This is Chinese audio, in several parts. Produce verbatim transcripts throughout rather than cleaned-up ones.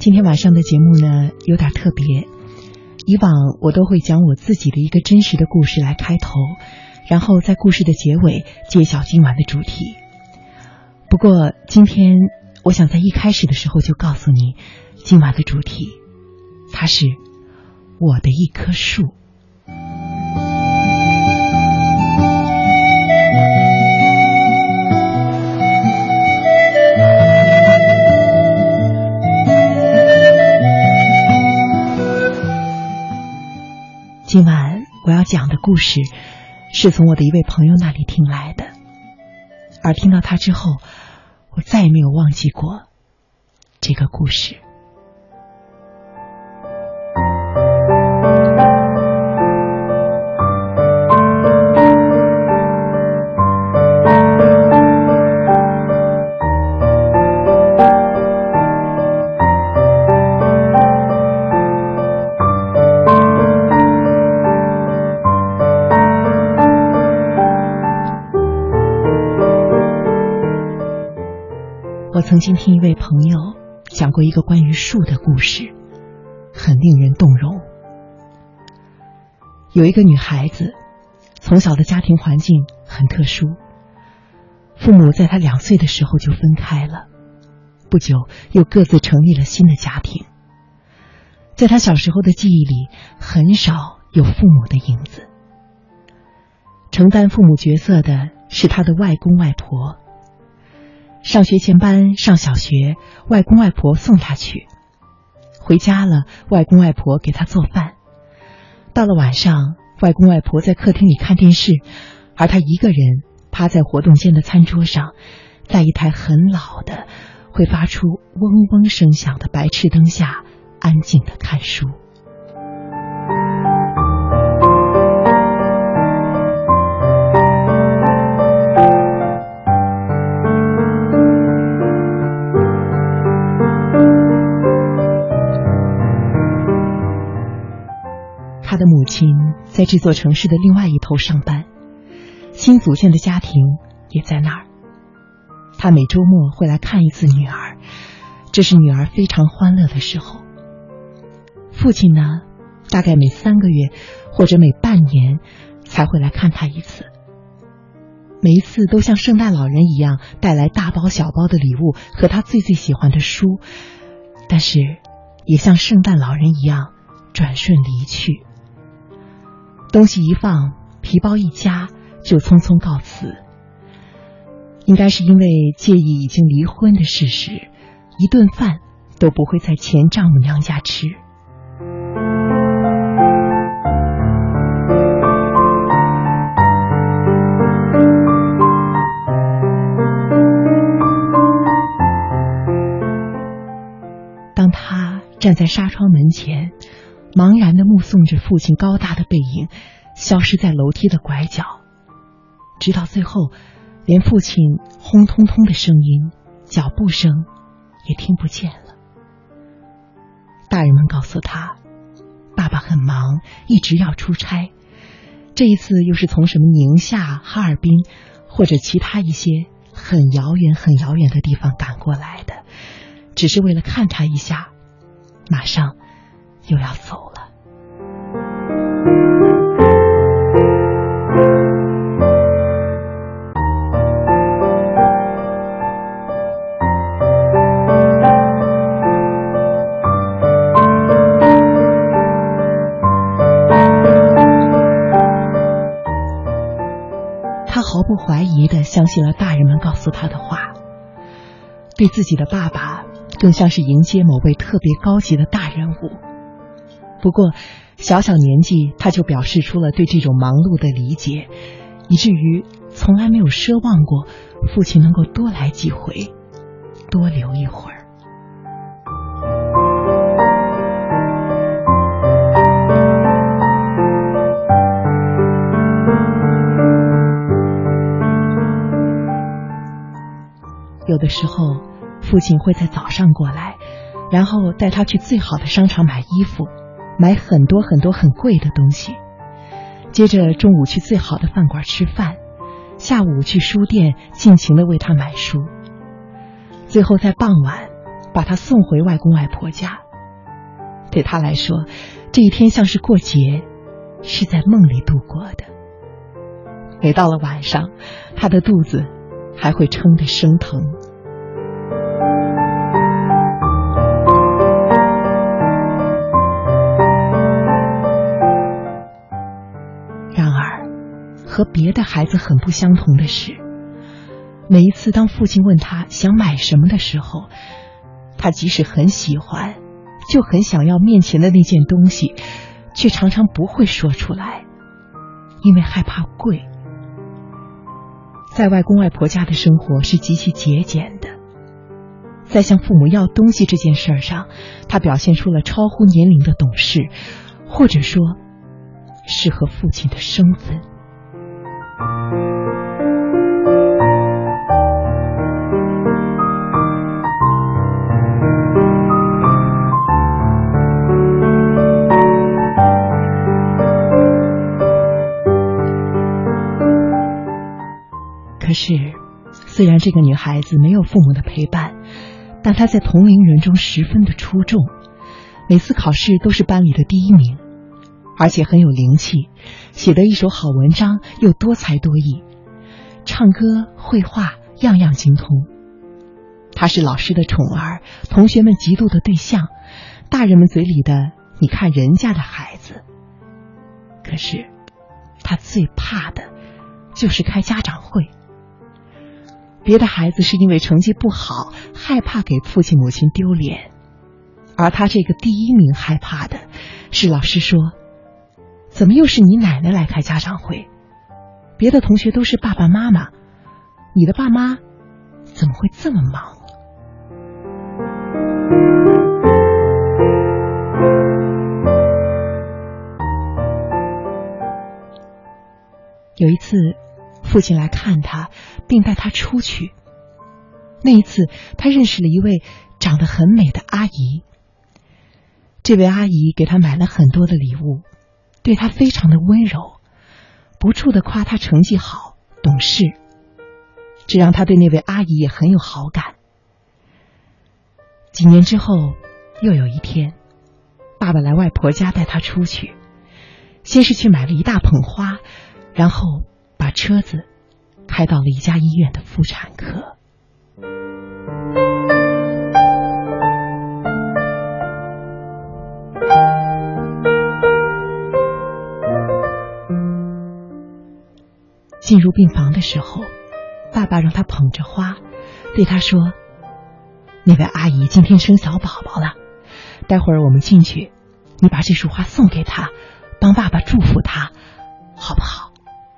今天晚上的节目呢有点特别，以往我都会讲我自己的一个真实的故事来开头，然后在故事的结尾揭晓今晚的主题。不过今天我想在一开始的时候就告诉你，今晚的主题它是我的一棵树。今晚我要讲的故事是从我的一位朋友那里听来的，而听到他之后，我再也没有忘记过这个故事。我曾经听一位朋友讲过一个关于树的故事，很令人动容。有一个女孩子，从小的家庭环境很特殊，父母在她两岁的时候就分开了，不久又各自成立了新的家庭。在她小时候的记忆里，很少有父母的影子，承担父母角色的是她的外公外婆。上学前班上小学，外公外婆送他去，回家了，外公外婆给他做饭。到了晚上，外公外婆在客厅里看电视，而他一个人趴在活动间的餐桌上，在一台很老的会发出嗡嗡声响的白炽灯下安静地看书。他的母亲在这座城市的另外一头上班，新组建的家庭也在那儿。他每周末会来看一次女儿，这是女儿非常欢乐的时候。父亲呢，大概每三个月或者每半年才会来看他一次。每一次都像圣诞老人一样带来大包小包的礼物和他最最喜欢的书，但是也像圣诞老人一样转瞬离去。东西一放，皮包一夹，就匆匆告辞。应该是因为介意已经离婚的事实，一顿饭都不会在前丈母娘家吃。当他站在纱窗门前，茫然地目送着父亲高大的背影消失在楼梯的拐角，直到最后连父亲轰通通的声音、脚步声也听不见了。大人们告诉他，爸爸很忙，一直要出差，这一次又是从什么宁夏、哈尔滨或者其他一些很遥远很遥远的地方赶过来的，只是为了看他一下，马上又要走了。他毫不怀疑地相信了大人们告诉他的话，对自己的爸爸更像是迎接某位特别高级的大人物。不过小小年纪他就表示出了对这种忙碌的理解，以至于从来没有奢望过父亲能够多来几回，多留一会儿。有的时候父亲会在早上过来，然后带他去最好的商场买衣服，买很多很多很贵的东西，接着中午去最好的饭馆吃饭，下午去书店尽情地为他买书，最后在傍晚把她送回外公外婆家。对她来说，这一天像是过节，是在梦里度过的。每到了晚上，她的肚子还会撑得生疼。然而，和别的孩子很不相同的是，每一次当父亲问他想买什么的时候，他即使很喜欢，就很想要面前的那件东西，却常常不会说出来，因为害怕贵。在外公外婆家的生活是极其节俭的，在向父母要东西这件事上，他表现出了超乎年龄的懂事，或者说是和父亲的生分。可是，虽然这个女孩子没有父母的陪伴，但她在同龄人中十分的出众，每次考试都是班里的第一名，而且很有灵气，写得一手好文章，又多才多艺，唱歌、绘画样样精通。她是老师的宠儿，同学们嫉妒的对象，大人们嘴里的你看人家的孩子。可是，她最怕的就是开家长会。别的孩子是因为成绩不好，害怕给父亲母亲丢脸，而他这个第一名害怕的是老师说，怎么又是你奶奶来开家长会？别的同学都是爸爸妈妈，你的爸妈怎么会这么忙？有一次，父亲来看他，并带他出去。那一次，他认识了一位长得很美的阿姨。这位阿姨给他买了很多的礼物，对他非常的温柔，不住地夸他成绩好、懂事，这让他对那位阿姨也很有好感。几年之后，又有一天，爸爸来外婆家带他出去，先是去买了一大捧花，然后把车子开到了一家医院的妇产科。进入病房的时候，爸爸让他捧着花，对他说，那位阿姨今天生小宝宝了，待会儿我们进去，你把这束花送给她，帮爸爸祝福她，好不好？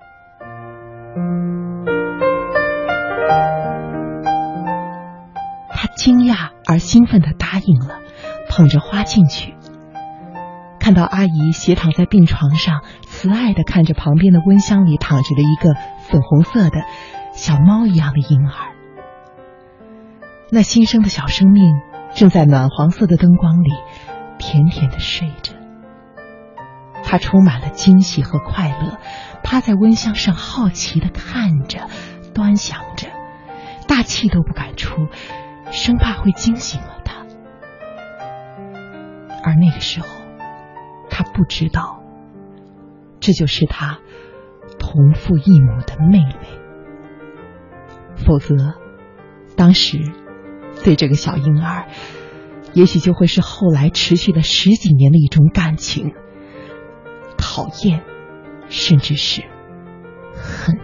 他惊讶而兴奋地答应了，捧着花进去，看到阿姨斜躺在病床上，慈爱地看着旁边的温箱里躺着的一个粉红色的小猫一样的婴儿。那新生的小生命正在暖黄色的灯光里甜甜地睡着，他充满了惊喜和快乐，趴在温箱上好奇地看着，端详着，大气都不敢出，生怕会惊醒了他。而那个时候，他不知道，这就是他同父异母的妹妹。否则，当时对这个小婴儿，也许就会是后来持续了十几年的一种感情，讨厌，甚至是恨。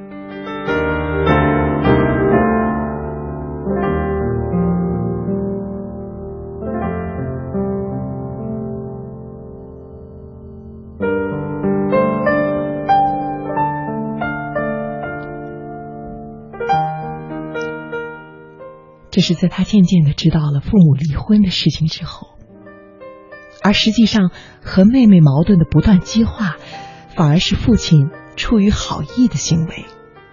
这是在他渐渐地知道了父母离婚的事情之后，而实际上和妹妹矛盾的不断激化，反而是父亲出于好意的行为。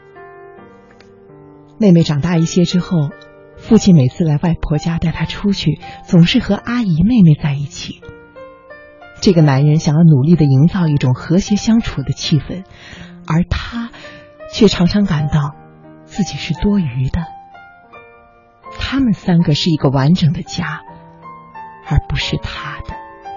妹妹长大一些之后，父亲每次来外婆家带她出去，总是和阿姨妹妹在一起。这个男人想要努力地营造一种和谐相处的气氛，而他却常常感到自己是多余的。 他们三个是一个完整的家，而不是他的。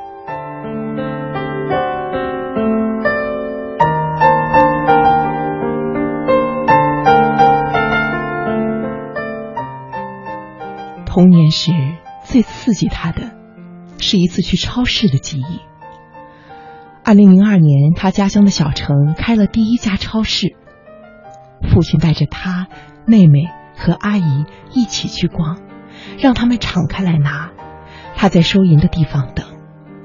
童年时最刺激他的是一次去超市的记忆。二零零二年，他家乡的小城开了第一家超市，父亲带着他、妹妹和阿姨一起去逛，让他们敞开来拿，他在收银的地方等。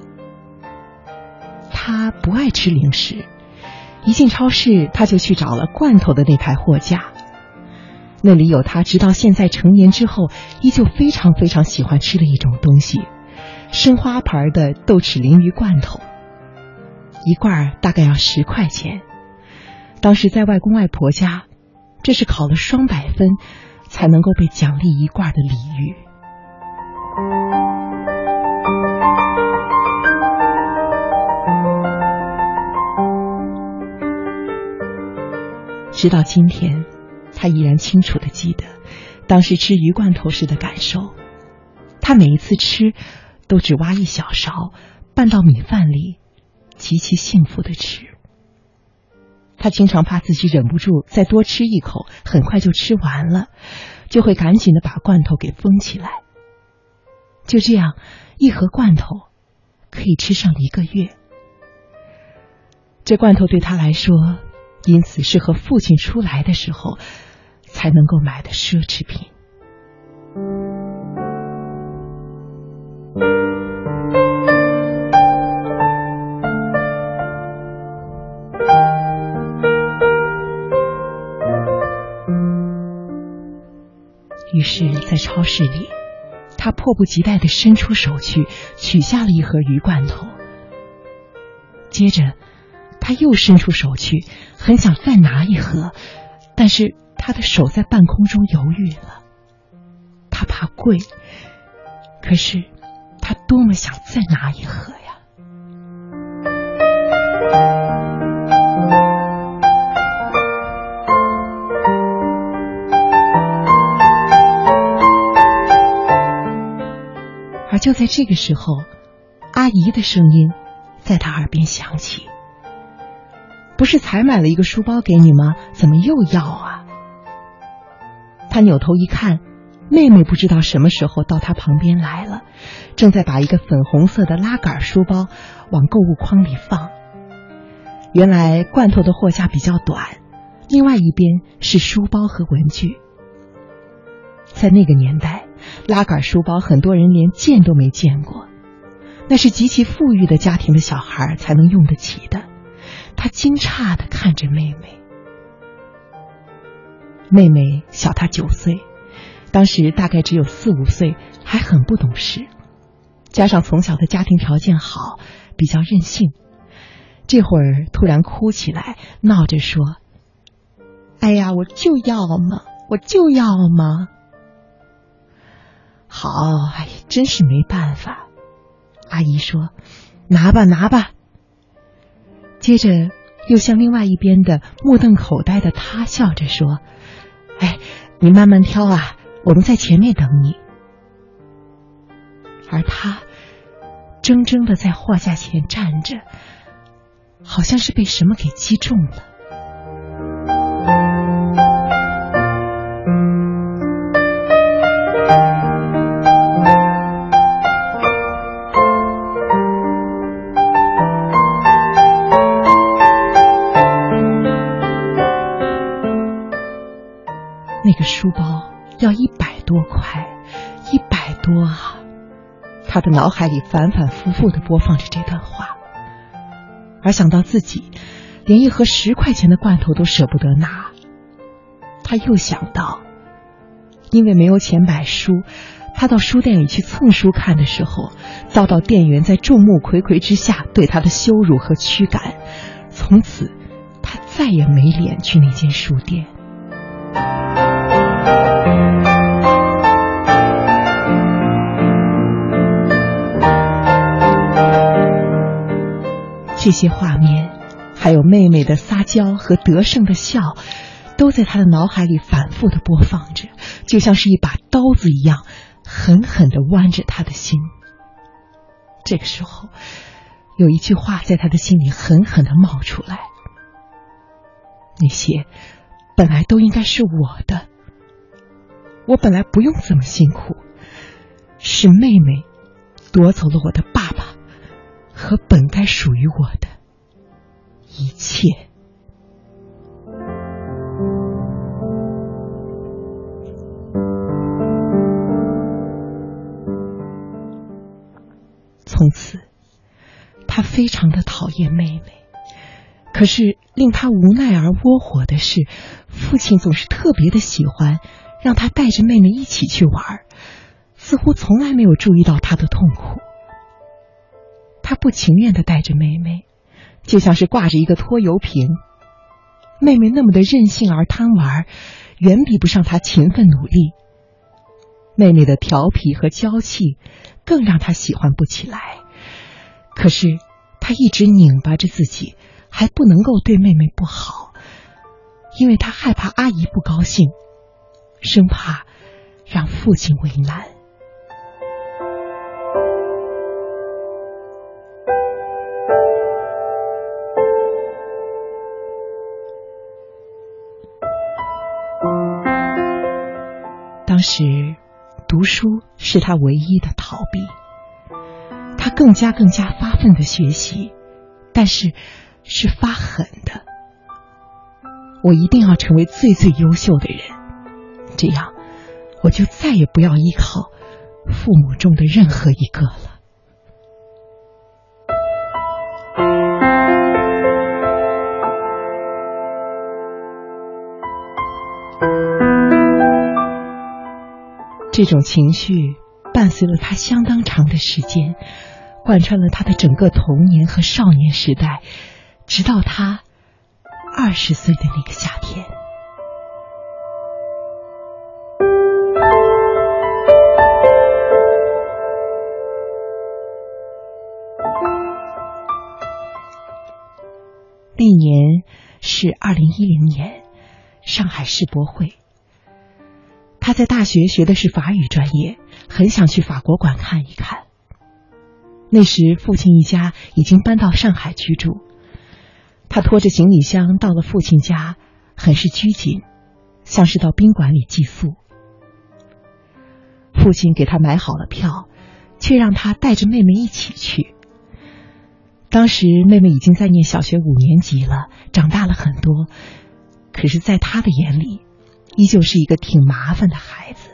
他不爱吃零食，一进超市他就去找了罐头的那排货架，那里有他直到现在成年之后依旧非常非常喜欢吃的一种东西，生花牌的豆豉鲮鱼罐头，一罐大概要十块钱。当时在外公外婆家，这是考了双百分才能够被奖励一罐的礼遇。直到今天，他依然清楚地记得当时吃鱼罐头时的感受。他每一次吃都只挖一小勺，拌到米饭里，极其幸福地吃。他经常怕自己忍不住再多吃一口，很快就吃完了，就会赶紧地把罐头给封起来。就这样，一盒罐头可以吃上一个月。这罐头对他来说，因此是和父亲出来的时候才能够买的奢侈品。于是在超市里，他迫不及待地伸出手去取下了一盒鱼罐头，接着他又伸出手去，很想再拿一盒，但是他的手在半空中犹豫了。他怕贵，可是他多么想再拿一盒呀。而就在这个时候，阿姨的声音在他耳边响起：不是才买了一个书包给你吗？怎么又要啊？他扭头一看，妹妹不知道什么时候到他旁边来了，正在把一个粉红色的拉杆书包往购物筐里放。原来罐头的货架比较短，另外一边是书包和文具。在那个年代，拉杆书包很多人连见都没见过，那是极其富裕的家庭的小孩才能用得起的。他惊诧地看着妹妹，妹妹小他九岁，当时大概只有四五岁，还很不懂事，加上从小的家庭条件好，比较任性。这会儿突然哭起来，闹着说：哎呀，我就要嘛，我就要嘛。好，哎，真是没办法。阿姨说：拿吧拿吧。接着又向另外一边的目瞪口呆的他笑着说：哎，你慢慢挑啊，我们在前面等你。而他怔怔地在货架前站着，好像是被什么给击中了。那个书包要一百多块，一百多啊！他的脑海里反反复复地播放着这段话，而想到自己连一盒十块钱的罐头都舍不得拿，他又想到，因为没有钱买书，他到书店里去蹭书看的时候，遭到店员在众目睽睽之下对他的羞辱和驱赶，从此他再也没脸去那间书店。这些画面，还有妹妹的撒娇和得胜的笑，都在他的脑海里反复地播放着， 就像是一把刀子一样，狠狠地剜着他的心。这个时候，有一句话在他的心里狠狠地冒出来：那些本来都应该是我的，我本来不用这么辛苦，是妹妹夺走了我的爸爸和本该属于我的一切。从此他非常的讨厌妹妹，可是令他无奈而窝火的是，父亲总是特别的喜欢让他带着妹妹一起去玩，似乎从来没有注意到她的痛苦。他不情愿地带着妹妹，就像是挂着一个拖油瓶。妹妹那么的任性而贪玩，远比不上他勤奋努力。妹妹的调皮和娇气更让他喜欢不起来，可是他一直拧巴着自己，还不能够对妹妹不好，因为他害怕阿姨不高兴，生怕让父亲为难。当时读书是他唯一的逃避，他更加更加发奋的学习，但是是发狠的。我一定要成为最最优秀的人，这样我就再也不要依靠父母中的任何一个了。这种情绪伴随了他相当长的时间，贯穿了他的整个童年和少年时代，直到他二十岁的那个夏天。那年是二零一零年，上海世博会。他在大学学的是法语专业，很想去法国馆看一看。那时父亲一家已经搬到上海居住，他拖着行李箱到了父亲家，很是拘谨，像是到宾馆里寄宿。父亲给他买好了票，却让他带着妹妹一起去。当时妹妹已经在念小学五年级了，长大了很多，可是在他的眼里依旧是一个挺麻烦的孩子。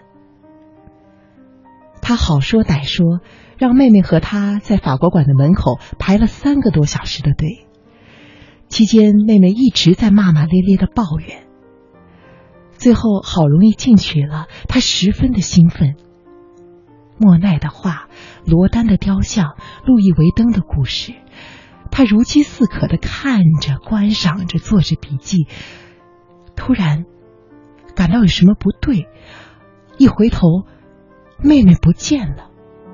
他好说歹说，让妹妹和他在法国馆的门口排了三个多小时的队。期间妹妹一直在骂骂咧咧的抱怨。最后好容易进去了，他十分的兴奋。莫奈的画，罗丹的雕像，路易维登的故事，他如饥似渴地看着观赏着，做着笔记。突然感到有什么不对，一回头，妹妹不见了。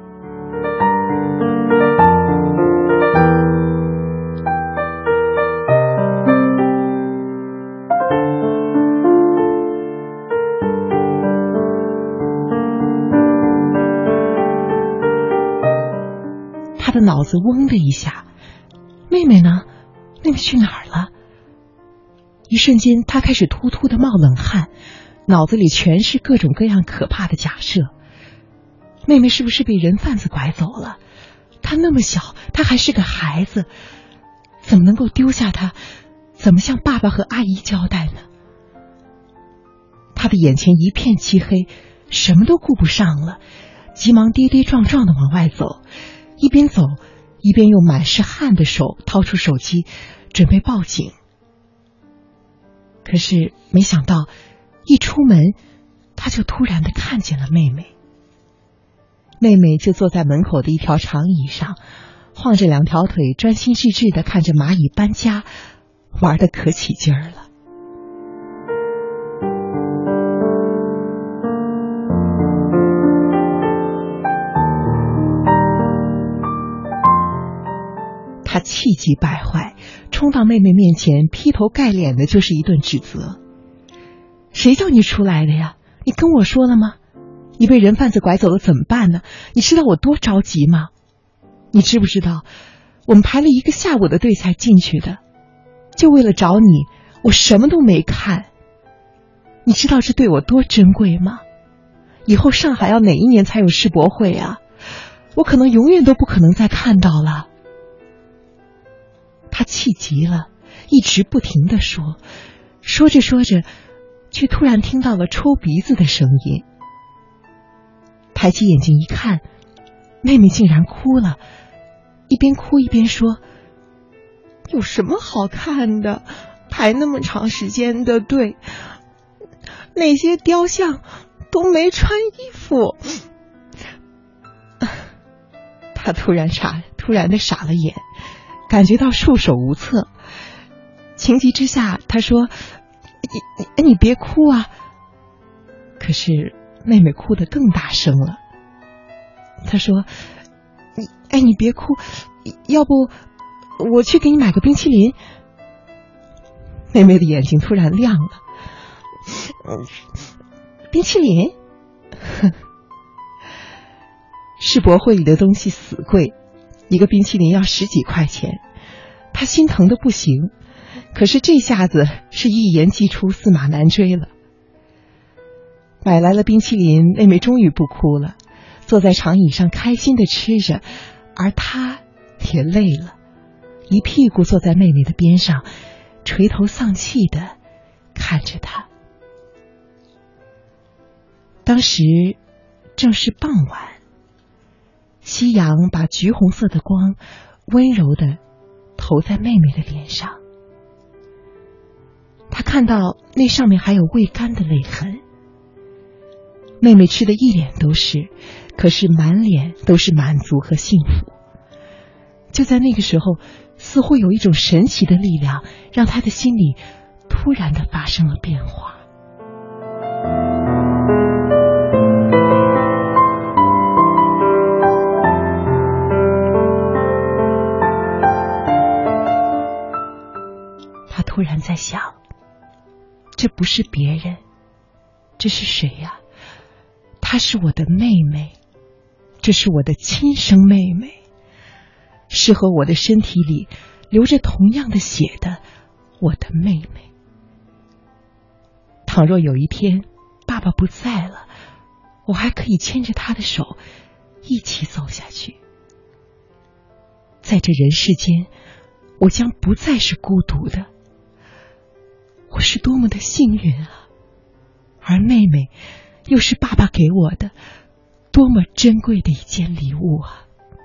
他的脑子嗡的一下，妹妹呢？妹妹去哪儿了？一瞬间他开始突突的冒冷汗，脑子里全是各种各样可怕的假设。妹妹是不是被人贩子拐走了？她那么小，她还是个孩子，怎么能够丢下她？怎么向爸爸和阿姨交代呢？他的眼前一片漆黑，什么都顾不上了，急忙跌跌撞撞的往外走，一边走一边用满是汗的手掏出手机准备报警。可是没想到一出门，他就突然的看见了妹妹。妹妹就坐在门口的一条长椅上，晃着两条腿，专心致志的看着蚂蚁搬家，玩得可起劲儿了。他气急败坏，冲到妹妹面前，劈头盖脸的就是一顿指责。谁叫你出来的呀？ 你跟我说了吗？你被人贩子拐走了怎么办呢？你知道我多着急吗？你知不知道我们排了一个下午的队才进去的，就为了找你，我什么都没看。你知道这对我多珍贵吗？以后上海要哪一年才有世博会啊？我可能永远都不可能再看到了。他气急了，一直不停地说，说着说着，却突然听到了抽鼻子的声音。抬起眼睛一看，妹妹竟然哭了，一边哭一边说：有什么好看的？排那么长时间的队，那些雕像都没穿衣服。他突然傻，突然的傻了眼，感觉到束手无策。情急之下，他说：你你你别哭啊！可是妹妹哭得更大声了。他说：你哎，你别哭，要不我去给你买个冰淇淋。妹妹的眼睛突然亮了。冰淇淋？世博会里的东西死贵，一个冰淇淋要十几块钱，她心疼的不行。可是这下子是一言既出，驷马难追了。买来了冰淇淋，妹妹终于不哭了，坐在长椅上开心的吃着，而她也累了，一屁股坐在妹妹的边上，垂头丧气的看着她。当时正是傍晚，夕阳把橘红色的光温柔地投在妹妹的脸上，她看到那上面还有未干的泪痕。妹妹吃的一脸都是，可是满脸都是满足和幸福。就在那个时候，似乎有一种神奇的力量，让她的心里突然的发生了变化。她突然在想，这不是别人，这是谁呀？她是我的妹妹，这是我的亲生妹妹，是和我的身体里流着同样的血的我的妹妹。倘若有一天爸爸不在了，我还可以牵着她的手一起走下去。在这人世间，我将不再是孤独的。我是多么的幸运啊！而妹妹又是爸爸给我的多么珍贵的一件礼物啊！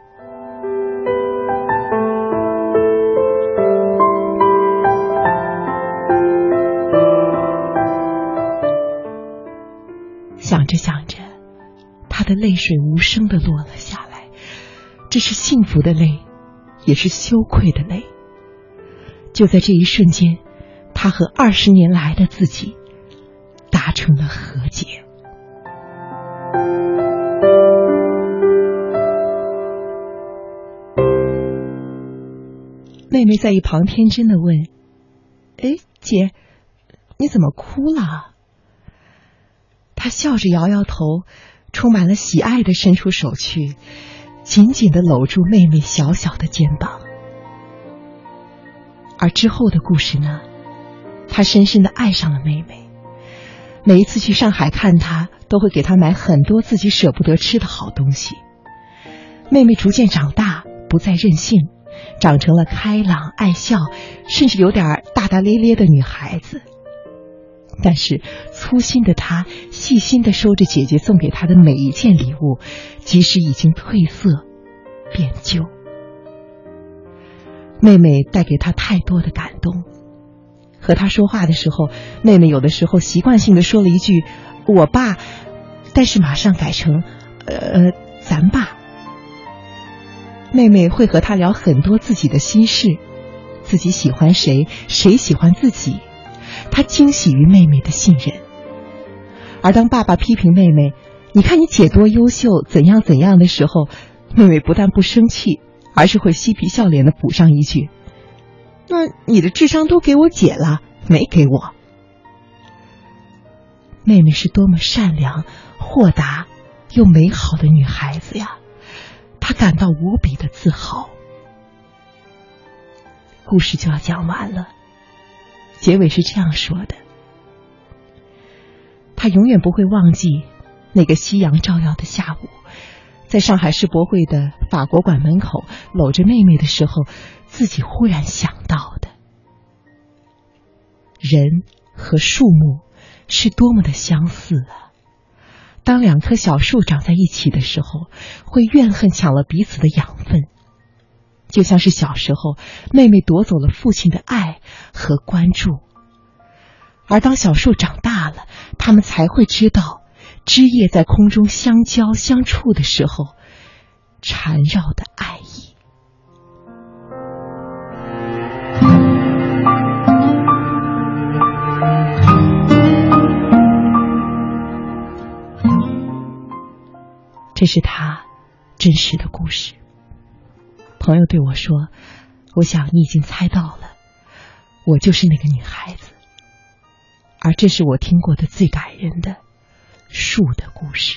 想着想着，她的泪水无声地落了下来，这是幸福的泪，也是羞愧的泪。就在这一瞬间，她和二十年来的自己达成了和解。妹妹在一旁天真的问：哎，姐，你怎么哭了？她笑着摇摇头，充满了喜爱的伸出手去，紧紧地搂住妹妹小小的肩膀。而之后的故事呢，她深深地爱上了妹妹。每一次去上海看她，都会给她买很多自己舍不得吃的好东西。妹妹逐渐长大，不再任性，长成了开朗爱笑，甚至有点大大咧咧的女孩子。但是粗心的她细心地收着姐姐送给她的每一件礼物，即使已经褪色变旧。妹妹带给她太多的感动。和她说话的时候，妹妹有的时候习惯性地说了一句我爸，但是马上改成呃咱爸。妹妹会和她聊很多自己的心事，自己喜欢谁，谁喜欢自己，她惊喜于妹妹的信任。而当爸爸批评妹妹，你看你姐多优秀，怎样怎样的时候，妹妹不但不生气，而是会嬉皮笑脸的补上一句，那你的智商都给我姐了，没给我。 妹妹是多么善良、豁达又美好的女孩子呀，她感到无比的自豪。故事就要讲完了，结尾是这样说的：她永远不会忘记那个夕阳照耀的下午，在上海世博会的法国馆门口搂着妹妹的时候，自己忽然想到的。人和树木是多么的相似啊！当两棵小树长在一起的时候，会怨恨抢了彼此的养分，就像是小时候妹妹夺走了父亲的爱和关注。而当小树长大了，他们才会知道枝叶在空中相交相触的时候缠绕的爱意。这是他真实的故事。朋友对我说，我想你已经猜到了，我就是那个女孩子。而这是我听过的最感人的树的故事。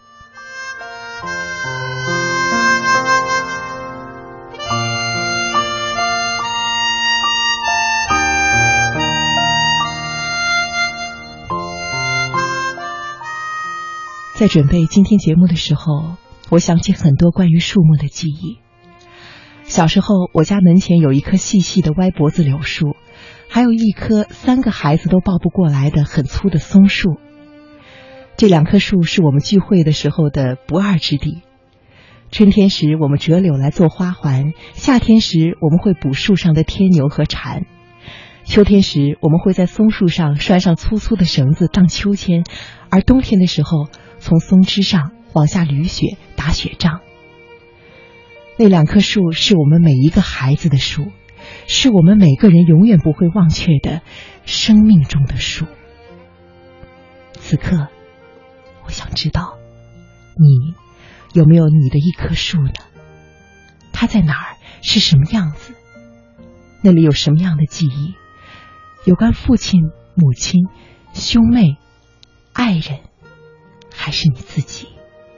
在准备今天节目的时候，我想起很多关于树木的记忆。小时候，我家门前有一棵细细的歪脖子柳树，还有一棵三个孩子都抱不过来的很粗的松树。这两棵树是我们聚会的时候的不二之地。春天时我们折柳来做花环，夏天时我们会捕树上的天牛和蝉，秋天时我们会在松树上拴上粗粗的绳子荡秋千，而冬天的时候从松枝上往下捋雪打雪仗。那两棵树是我们每一个孩子的树，是我们每个人永远不会忘却的生命中的树。此刻我想知道，你有没有你的一棵树呢？它在哪儿？是什么样子？那里有什么样的记忆？有关父亲、母亲、兄妹、爱人，还是你自己？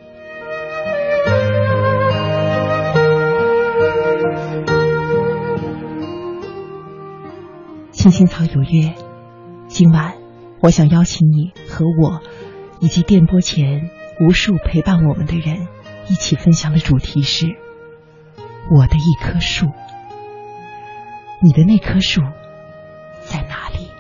青青草有约，今晚我想邀请你和我以及电波前无数陪伴我们的人一起分享的主题是我的一棵树。你的那棵树在哪里？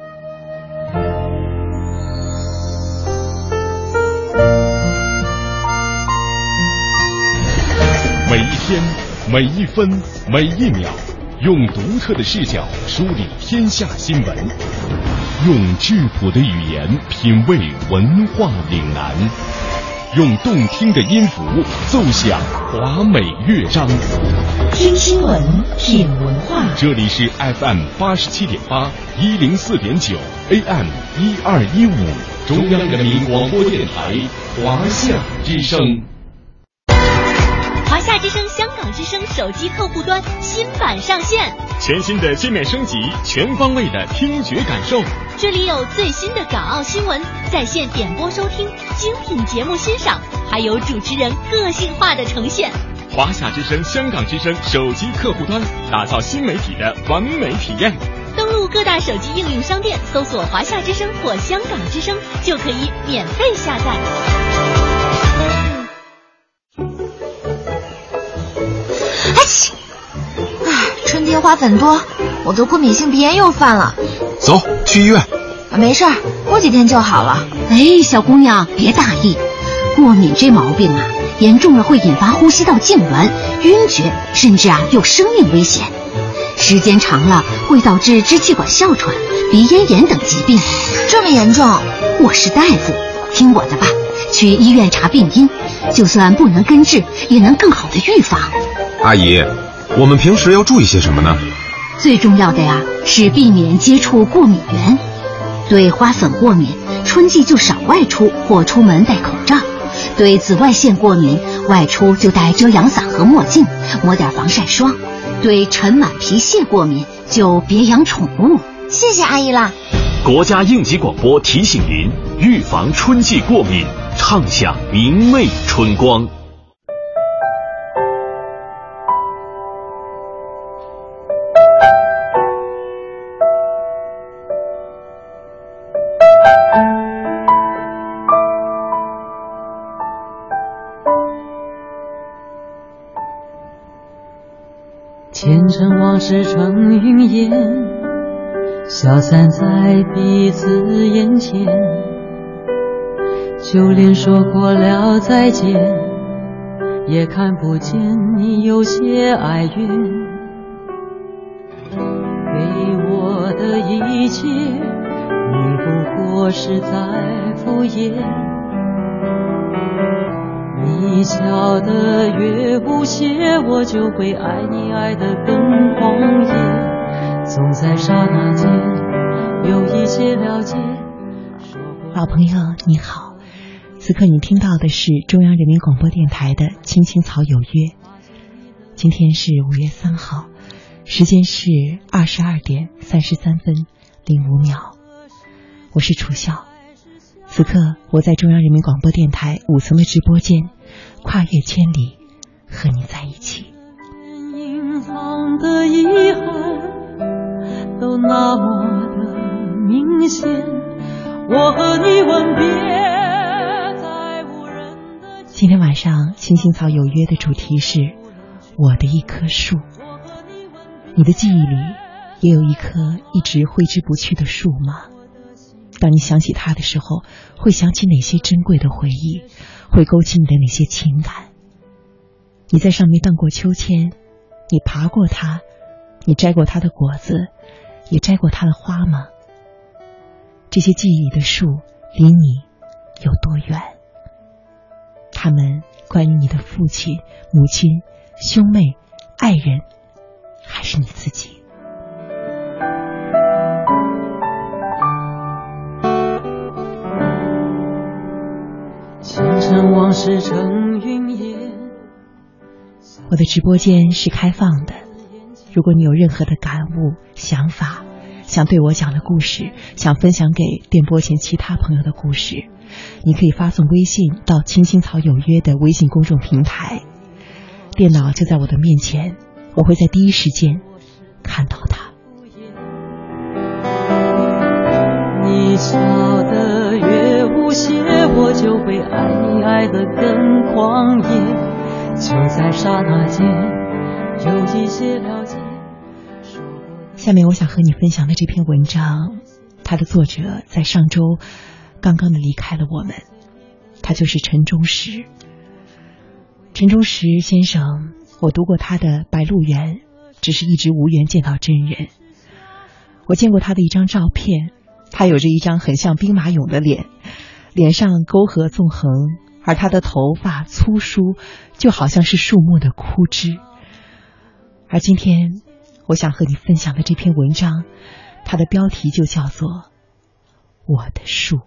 每一天，每一分，每一秒，用独特的视角梳理天下新闻，用质朴的语言品味文化岭南，用动听的音符奏响华美乐章。 听新闻，品文化。 这里是 F M 八十七点八，一零四点九 A M 一二一五，中央人民广播电台华夏之声。 华夏之声、香港之声手机客户端新版上线， 全新的界面升级，全方位的听觉感受。 这里有最新的港澳新闻，在线点播收听，精品节目欣赏，还有主持人个性化的呈现。 华夏之声、香港之声手机客户端，打造新媒体的完美体验。 登录各大手机应用商店，搜索华夏之声或香港之声，就可以免费下载。 哎，春天花粉多，我的过敏性鼻炎又犯了。 走，去医院。 啊，没事儿，过几天就好了。 哎，小姑娘别大意，过敏这毛病啊，严重了会引发呼吸道痉挛、晕厥，甚至啊有生命危险。时间长了会导致支气管哮喘、鼻咽炎等疾病。 这么严重？ 我是大夫，听我的吧，去医院查病因，就算不能根治，也能更好的预防。 阿姨，我们平时要注意些什么呢？ 最重要的呀，是避免接触过敏源。对花粉过敏，春季就少外出或出门戴口罩；对紫外线过敏，外出就戴遮阳伞和墨镜，抹点防晒霜；对尘螨皮屑过敏，就别养宠物。 谢谢阿姨啦。 国家应急广播提醒您：预防春季过敏，畅享明媚春光。 前尘往事成云烟，消散在彼此眼前，就连说过了再见，也看不见你有些哀怨。给我的一切，你不过是在敷衍。你笑得越无邪，我就会爱你爱得更狂野。总在刹那间有一些了解。 老朋友你好，此刻你听到的是中央人民广播电台的青青草有约。今天是五月三号，时间是二十二点三十三分零五秒。我是楚笑，此刻我在中央人民广播电台五层的直播间，跨越千里和你在一起。 隐藏的遗憾都那么的明显，我和你吻别在无人的。 今天晚上青青草有约的主题是我的一棵树。你的记忆里也有一棵一直挥之不去的树吗？当你想起它的时候，会想起哪些珍贵的回忆，会勾起你的哪些情感？你在上面荡过秋千，你爬过它，你摘过它的果子，也摘过它的花吗？这些记忆里的树离你有多远？它们关于你的父亲、母亲、兄妹、爱人，还是你自己？ 前尘往事成云烟。 我的直播间是开放的，如果你有任何的感悟、想法，想对我讲的故事，想分享给电波前其他朋友的故事，你可以发送微信到青青草有约的微信公众平台，电脑就在我的面前，我会在第一时间看到它。 你笑得越无邪，我就会爱你爱得更狂野，就在刹那间有一些了解。 下面我想和你分享的这篇文章，它的作者在上周刚刚的离开了我们，他就是陈忠实。陈忠实先生，我读过他的《白鹿原》，只是一直无缘见到真人。我见过他的一张照片，他有着一张很像兵马俑的脸，脸上沟壑纵横，而他的头发粗疏，就好像是树木的枯枝。而今天我想和你分享的这篇文章，它的标题就叫做《我的树》。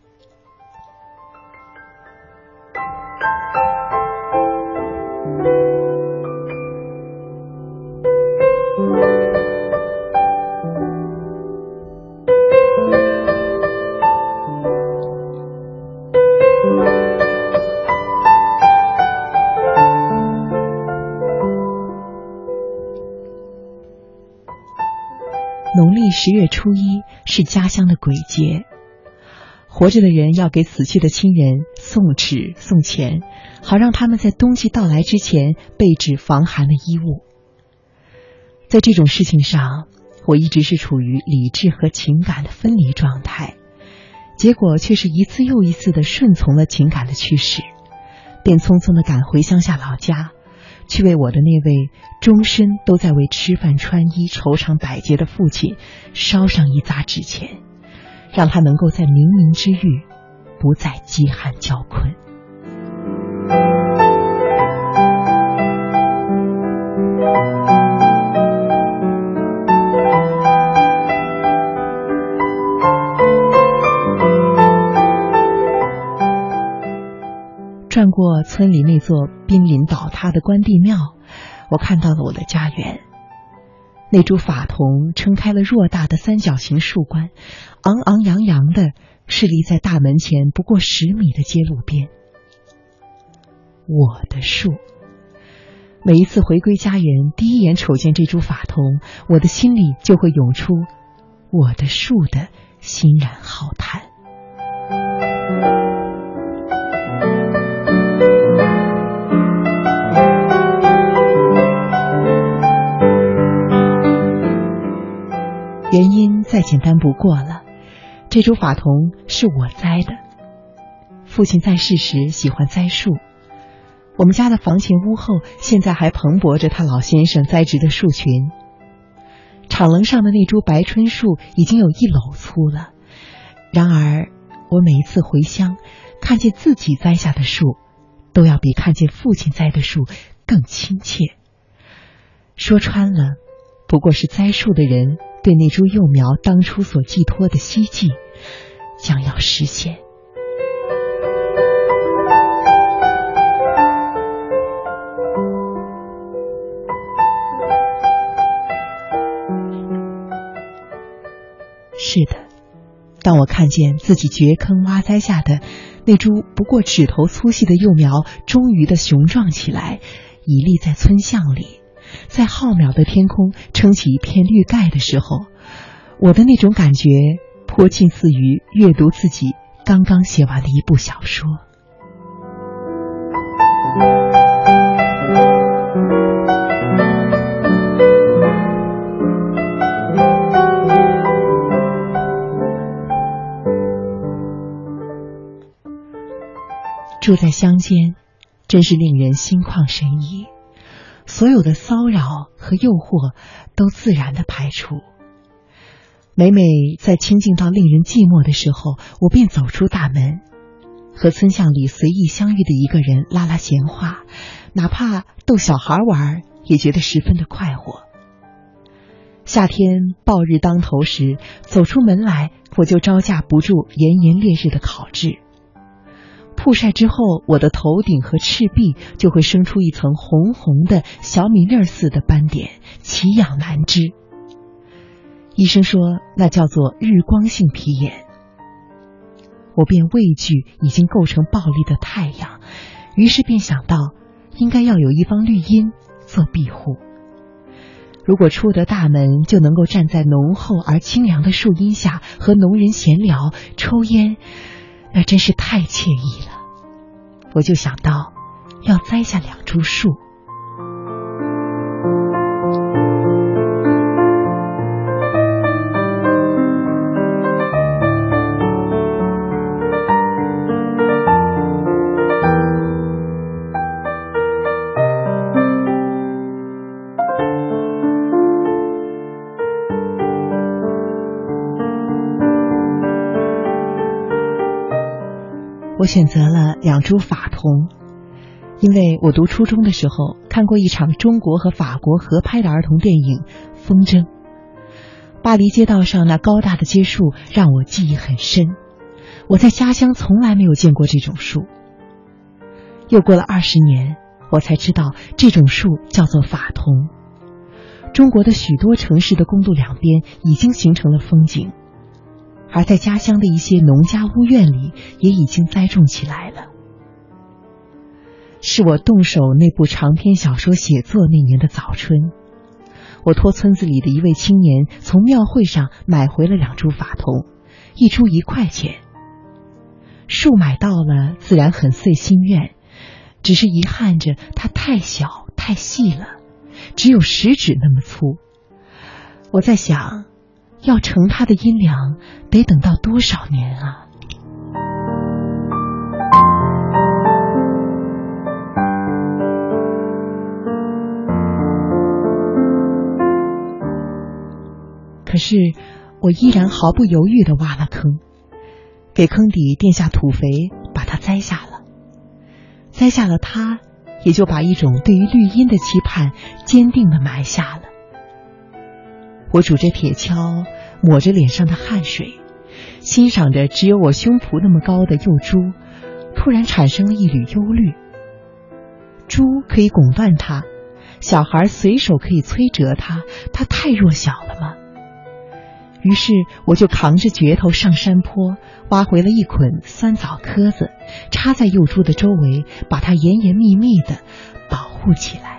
农历十月初一是家乡的鬼节，活着的人要给死去的亲人送纸送钱，好让他们在冬季到来之前备置防寒的衣物。在这种事情上，我一直是处于理智和情感的分离状态，结果却是一次又一次的顺从了情感的驱使，便匆匆地赶回乡下老家，去为我的那位终身都在为吃饭穿衣愁肠百结的父亲烧上一扎纸钱，让他能够在冥冥之域不再饥寒交困。转过村里那座濒临倒塌的关帝庙，我看到了我的家园。 那株法桐撑开了偌大的三角形树冠，昂昂扬扬的侍立在大门前不过十米的街路边。我的树。每一次回归家园，第一眼瞅见这株法桐，我的心里就会涌出我的树的欣然浩叹。原因再简单不过了，这株法桐是我栽的。父亲在世时喜欢栽树，我们家的房前屋后现在还蓬勃着他老先生栽植的树群。敞廊上的那株白椿树已经有一篓粗了，然而我每一次回乡看见自己栽下的树，都要比看见父亲栽的树更亲切。说穿了，不过是栽树的人对那株幼苗当初所寄托的希冀将要实现。是的，当我看见自己掘坑挖栽下的那株不过指头粗细的幼苗终于的雄壮起来，屹立在村巷里，在浩渺的天空撑起一片绿盖的时候，我的那种感觉颇近似于阅读自己刚刚写完的一部小说。住在乡间，真是令人心旷神怡，所有的骚扰和诱惑都自然地排除。每每在清静到令人寂寞的时候，我便走出大门，和村巷里随意相遇的一个人拉拉闲话，哪怕逗小孩玩，也觉得十分的快活。夏天暴日当头时，走出门来，我就招架不住炎炎烈日的烤制。曝晒之后，我的头顶和赤壁就会生出一层红红的小米粒似的斑点，奇痒难支。医生说那叫做日光性皮炎。我便畏惧已经构成暴力的太阳，于是便想到应该要有一方绿荫做庇护。如果出得大门，就能够站在浓厚而清凉的树荫下和农人闲聊抽烟，那真是太惬意了。我就想到要栽下两株树。我选择了两株法桐，因为我读初中的时候看过一场中国和法国合拍的儿童电影《风筝》。巴黎街道上那高大的街树让我记忆很深，我在家乡从来没有见过这种树。又过了二十年，我才知道这种树叫做法桐。中国的许多城市的公路两边已经形成了风景，而在家乡的一些农家屋院里也已经栽种起来了。是我动手那部长篇小说写作那年的早春，我托村子里的一位青年从庙会上买回了两株法桐，一株一块钱。树买到了，自然很遂心愿，只是遗憾着它太小太细了，只有食指那么粗。我在想，要成它的阴凉，得等到多少年啊！可是我依然毫不犹豫地挖了坑，给坑底垫下土肥，把它栽下了。栽下了它，也就把一种对于绿荫的期盼坚定地埋下了。我拄着铁锹，抹着脸上的汗水，欣赏着只有我胸脯那么高的幼株，突然产生了一缕忧虑。猪可以拱断它， 小孩随手可以摧折它，它太弱小了吗？于是我就扛着镢头上山坡，挖回了一捆酸枣壳子，插在幼猪的周围，把它严严密密地保护起来。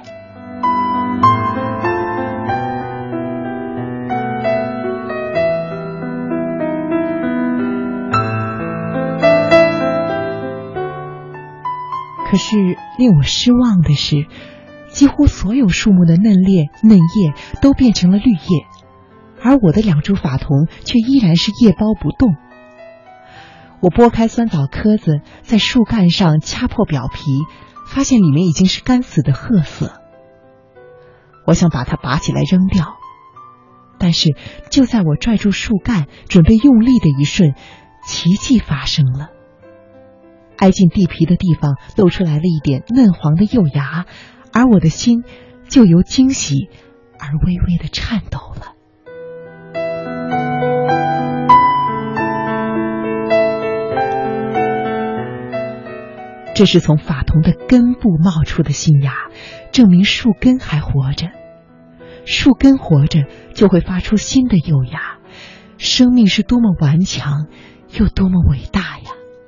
可是令我失望的是，几乎所有树木的嫩叶嫩叶都变成了绿叶，而我的两株法桐却依然是叶苞不动。我剥开酸枣壳子，在树干上掐破表皮，发现里面已经是干死的褐色。我想把它拔起来扔掉，但是就在我拽住树干准备用力的一瞬，奇迹发生了。挨近地皮的地方露出来了一点嫩黄的幼芽，而我的心就由惊喜而微微的颤抖了。这是从法桐的根部冒出的新芽，证明树根还活着。树根活着就会发出新的幼芽，生命是多么顽强又多么伟大呀！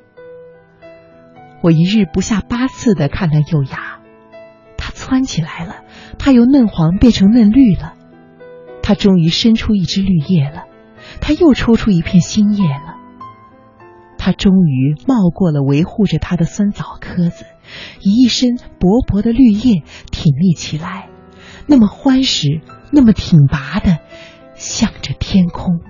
我一日不下八次的看那幼芽，它蹿起来了，它由嫩黄变成嫩绿了，它终于伸出一枝绿叶了，它又抽出一片新叶了，它终于冒过了维护着它的酸枣壳子，以一身薄薄的绿叶挺立起来，那么欢实，那么挺拔的向着天空。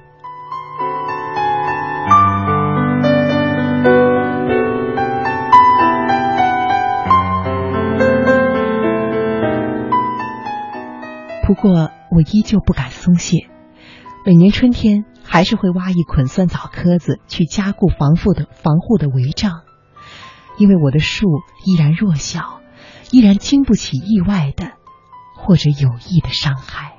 不过我依旧不敢松懈，每年春天还是会挖一捆酸枣壳子去加固防护的防护的围障，因为我的树依然弱小，依然经不起意外的或者有意的伤害。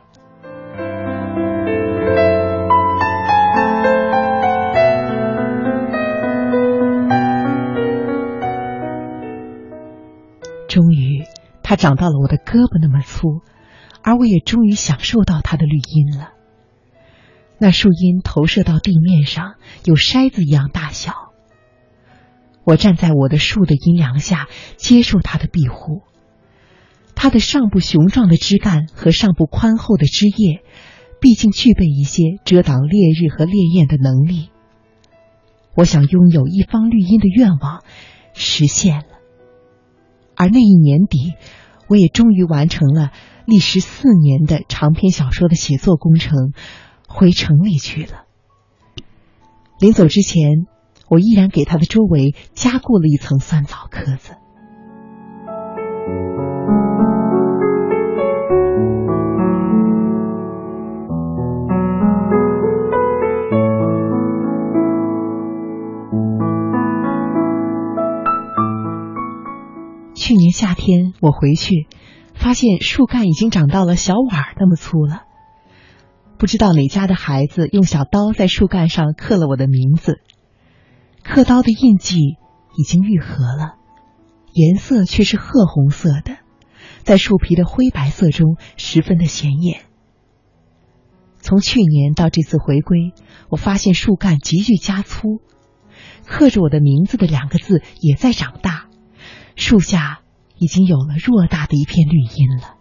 终于它长到了我的胳膊那么粗，而我也终于享受到它的绿荫了。那树荫投射到地面上，有筛子一样大小。我站在我的树的阴凉下，接受它的庇护。它的上部雄壮的枝干和上部宽厚的枝叶，毕竟具备一些遮挡烈日和烈焰的能力。我想拥有一方绿荫的愿望实现了。而那一年底，我也终于完成了历时四年的长篇小说的写作工程，回城里去了。临走之前，我依然给它的周围加固了一层酸枣壳子。去年夏天我回去，发现树干已经长到了小碗那么粗了。不知道哪家的孩子用小刀在树干上刻了我的名字，刻刀的印记已经愈合了，颜色却是褐红色的，在树皮的灰白色中十分的显眼。从去年到这次回归，我发现树干急剧加粗，刻着我的名字的两个字也在长大，树下已经有了偌大的一片绿荫了。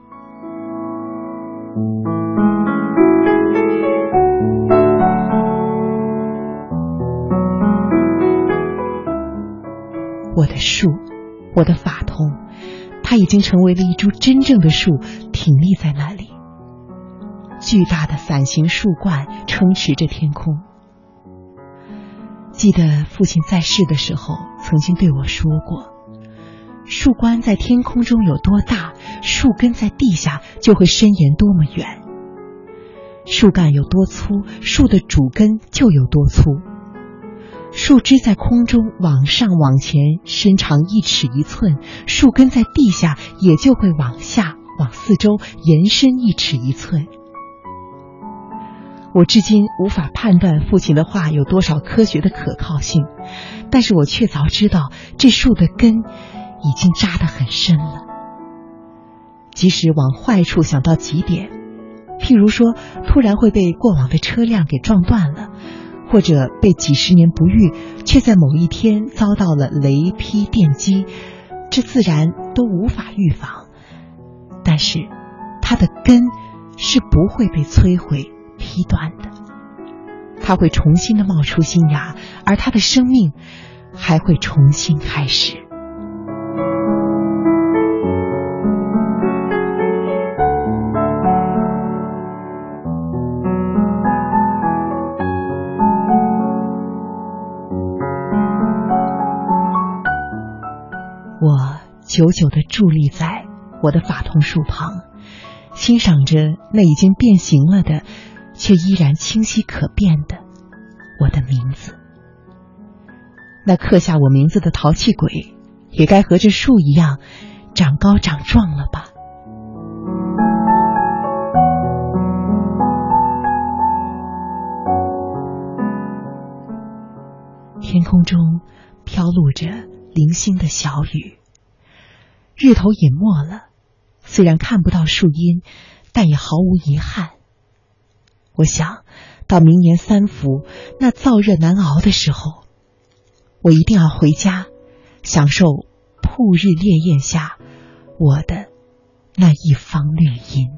我的树，我的法桐，它已经成为了一株真正的树，挺立在那里。巨大的伞形树冠撑持着天空。记得父亲在世的时候曾经对我说过，树冠在天空中有多大，树根在地下就会伸延多么远。树干有多粗，树的主根就有多粗。树枝在空中往上往前伸长一尺一寸，树根在地下也就会往下往四周延伸一尺一寸。我至今无法判断父亲的话有多少科学的可靠性，但是我却早知道这树的根已经扎得很深了。 即使往坏处想到极点，譬如说突然会被过往的车辆给撞断了，或者被几十年不遇却在某一天遭到了雷劈电击，这自然都无法预防。但是它的根是不会被摧毁劈断的，它会重新的冒出新芽，而它的生命还会重新开始。我久久地伫立在我的法桐树旁，欣赏着那已经变形了的却依然清晰可辨的我的名字。那刻下我名字的淘气鬼也该和这树一样长高长壮了吧。天空中飘露着零星的小雨，日头隐没了，虽然看不到树荫，但也毫无遗憾。我想到明年三伏那燥热难熬的时候，我一定要回家，享受曝日烈焰下我的那一方绿荫。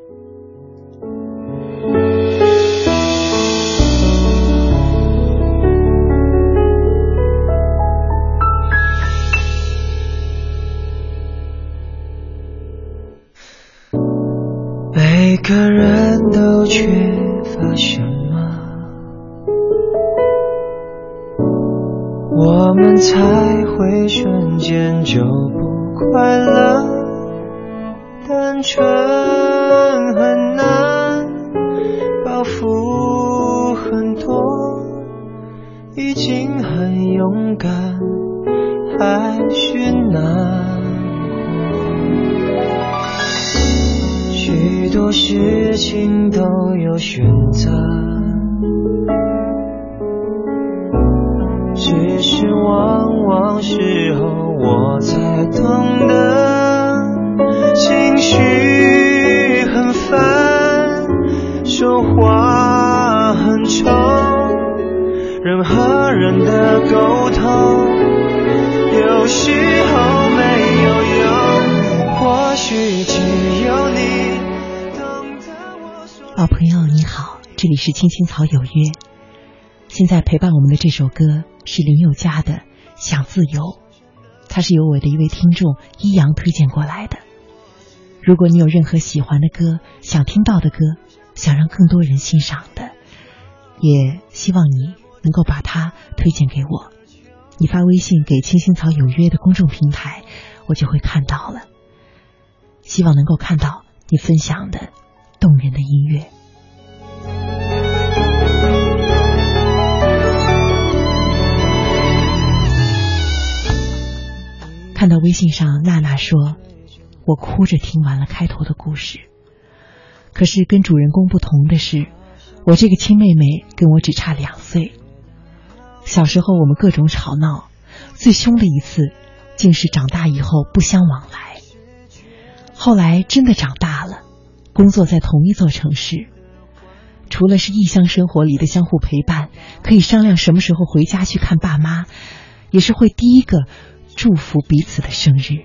每个人都缺乏什么，我们才会瞬间就不快乐。单纯很难，包袱很多，已经很勇敢，还是难。许多事情都有选择，只是往往事后我才懂得，情绪很烦，说话很冲，人和人的沟通有时候没有用，或许只有你。 老朋友你好，这里是青青草有约，现在陪伴我们的这首歌是林宥嘉的《想自由》，它是由我的一位听众一阳推荐过来的。如果你有任何喜欢的歌，想听到的歌，想让更多人欣赏的，也希望你能够把它推荐给我，你发微信给青青草有约的公众平台，我就会看到了。希望能够看到你分享的动人的音乐。看到微信上娜娜说，我哭着听完了开头的故事，可是跟主人公不同的是，我这个亲妹妹跟我只差两岁。小时候我们各种吵闹，最凶的一次竟是长大以后不相往来。后来真的长大了，工作在同一座城市，除了是异乡生活里的相互陪伴，可以商量什么时候回家去看爸妈，也是会第一个祝福彼此的生日。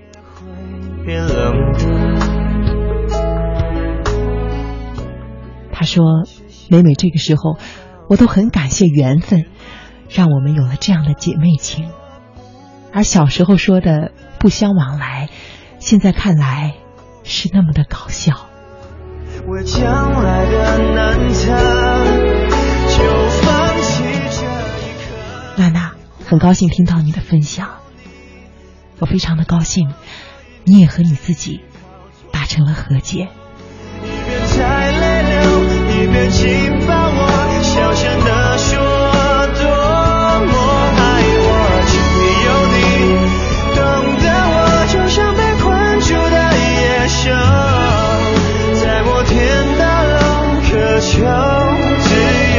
他说每每这个时候我都很感谢缘分，让我们有了这样的姐妹情。而小时候说的不相往来，现在看来是那么的搞笑。 为将来的难测，就放弃这一刻。 娜娜，很高兴听到你的分享，我非常的高兴你也和你自己达成了和解。 一边在泪流，一边紧把我小声地说多么爱我，只有你懂得我，就像被困住的野兽，在摩天大楼渴求自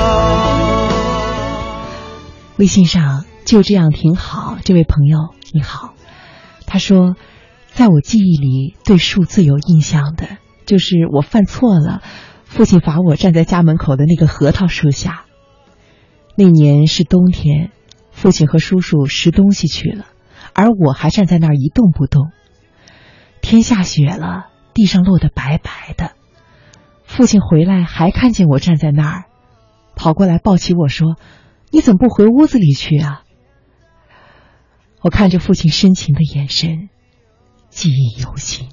由。 微信上就这样挺好，这位朋友你好，他说在我记忆里，对树最有印象的就是我犯错了，父亲罚我站在家门口的那个核桃树下。那年是冬天，父亲和叔叔拾东西去了，而我还站在那儿一动不动。天下雪了，地上落得白白的。父亲回来还看见我站在那儿，跑过来抱起我说：“你怎么不回屋子里去啊？”我看着父亲深情的眼神，记忆犹新。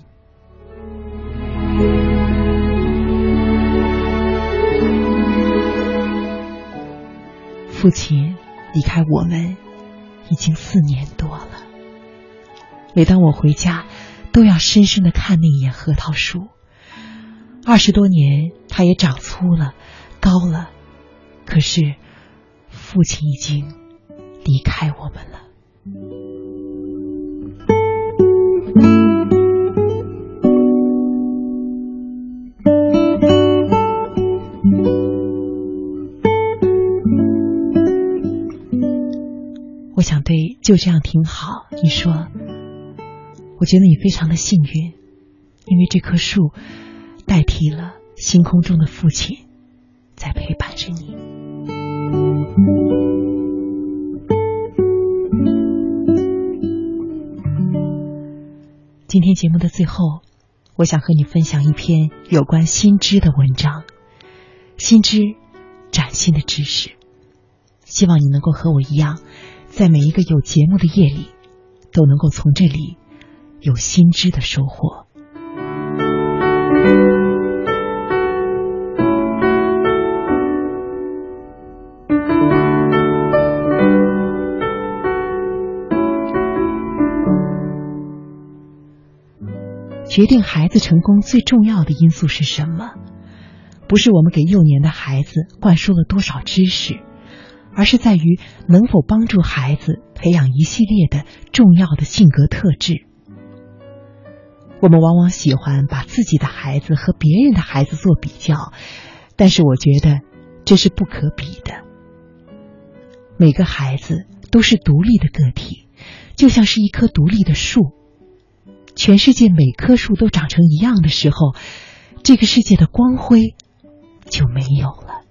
父亲离开我们已经四年多了，每当我回家都要深深地看那一眼核桃树。二十多年，它也长粗了，高了，可是父亲已经离开我们了。我想对就这样挺好你说，我觉得你非常的幸运，因为这棵树代替了星空中的父亲，在陪伴着你。今天节目的最后，我想和你分享一篇有关新知的文章。新知，崭新的知识，希望你能够和我一样，在每一个有节目的夜里，都能够从这里有新知的收获。决定孩子成功最重要的因素是什么？不是我们给幼年的孩子灌输了多少知识，而是在于能否帮助孩子培养一系列的重要的性格特质。我们往往喜欢把自己的孩子和别人的孩子做比较，但是我觉得这是不可比的。每个孩子都是独立的个体，就像是一棵独立的树。全世界每棵树都长成一样的时候，这个世界的光辉就没有了。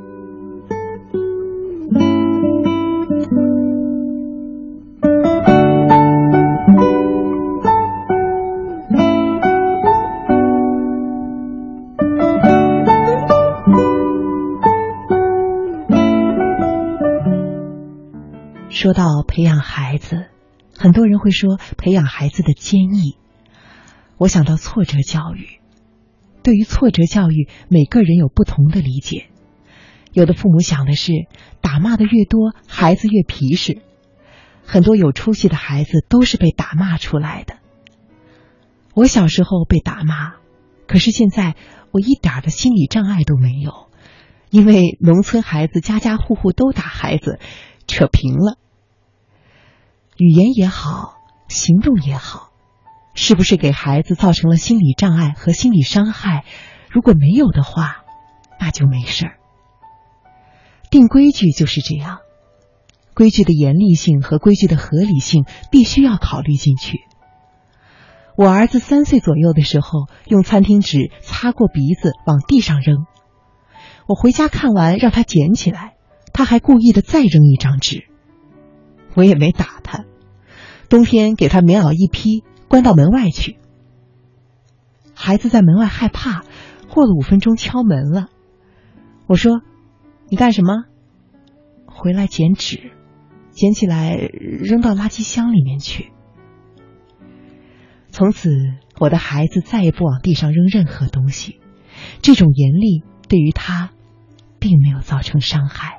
说到培养孩子，很多人会说培养孩子的坚毅，我想到挫折教育。对于挫折教育，每个人有不同的理解。有的父母想的是，打骂的越多，孩子越皮实。很多有出息的孩子都是被打骂出来的。我小时候被打骂，可是现在我一点的心理障碍都没有，因为农村孩子家家户户都打孩子，扯平了。语言也好，行动也好，是不是给孩子造成了心理障碍和心理伤害？如果没有的话，那就没事儿。定规矩就是这样，规矩的严厉性和规矩的合理性必须要考虑进去。我儿子三岁左右的时候，用餐厅纸擦过鼻子往地上扔，我回家看完让他捡起来，他还故意的再扔一张纸。我也没打他，冬天给他棉袄一披，关到门外去。孩子在门外害怕，过了五分钟敲门了。我说：“你干什么？”回来捡纸，捡起来扔到垃圾箱里面去。从此，我的孩子再也不往地上扔任何东西。这种严厉对于他，并没有造成伤害。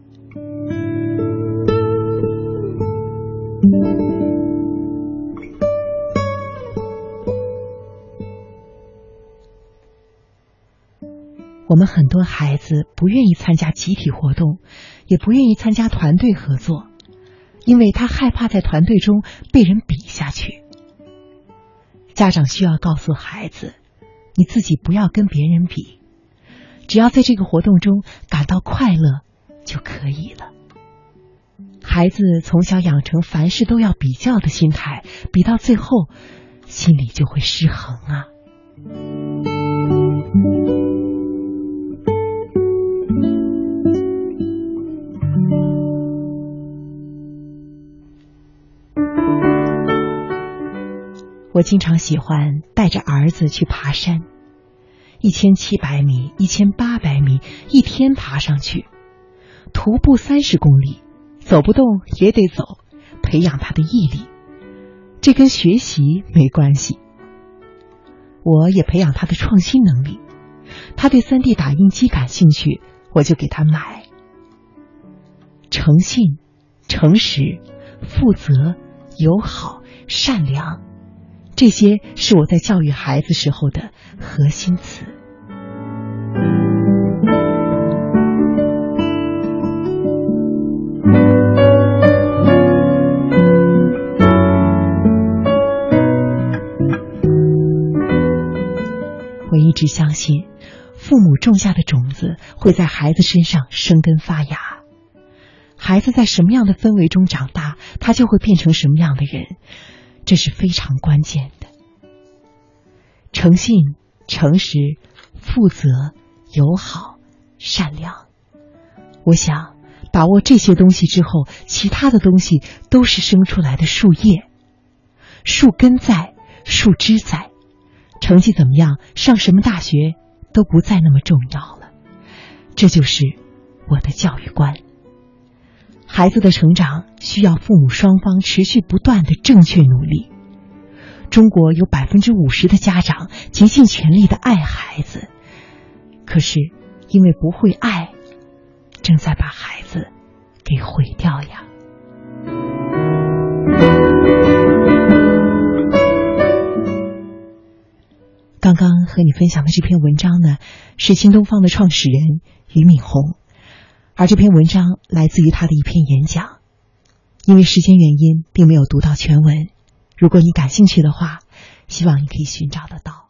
我们很多孩子不愿意参加集体活动，也不愿意参加团队合作，因为他害怕在团队中被人比下去。家长需要告诉孩子，你自己不要跟别人比，只要在这个活动中感到快乐就可以了。孩子从小养成凡事都要比较的心态，比到最后， 心里就会失衡啊。我经常喜欢带着儿子去爬山，一千七百米、一千八百米，一天爬上去，徒步三十公里，走不动也得走，培养他的毅力。这跟学习没关系。我也培养他的创新能力。他对 三 D 打印机感兴趣，我就给他买。诚信、诚实、负责、友好、善良，这些是我在教育孩子时候的核心词。我一直相信，父母种下的种子会在孩子身上生根发芽。孩子在什么样的氛围中长大，他就会变成什么样的人，这是非常关键的。诚信、诚实、负责、友好、善良，我想把握这些东西之后，其他的东西都是生出来的树叶。树根在，树枝在，成绩怎么样，上什么大学都不再那么重要了。这就是我的教育观。孩子的成长需要父母双方持续不断的正确努力。中国有百分之五十的家长竭尽全力的爱孩子，可是因为不会爱，正在把孩子给毁掉呀。刚刚和你分享的这篇文章呢，是新东方的创始人俞敏洪，而这篇文章来自于他的一篇演讲。因为时间原因并没有读到全文，如果你感兴趣的话，希望你可以寻找得到。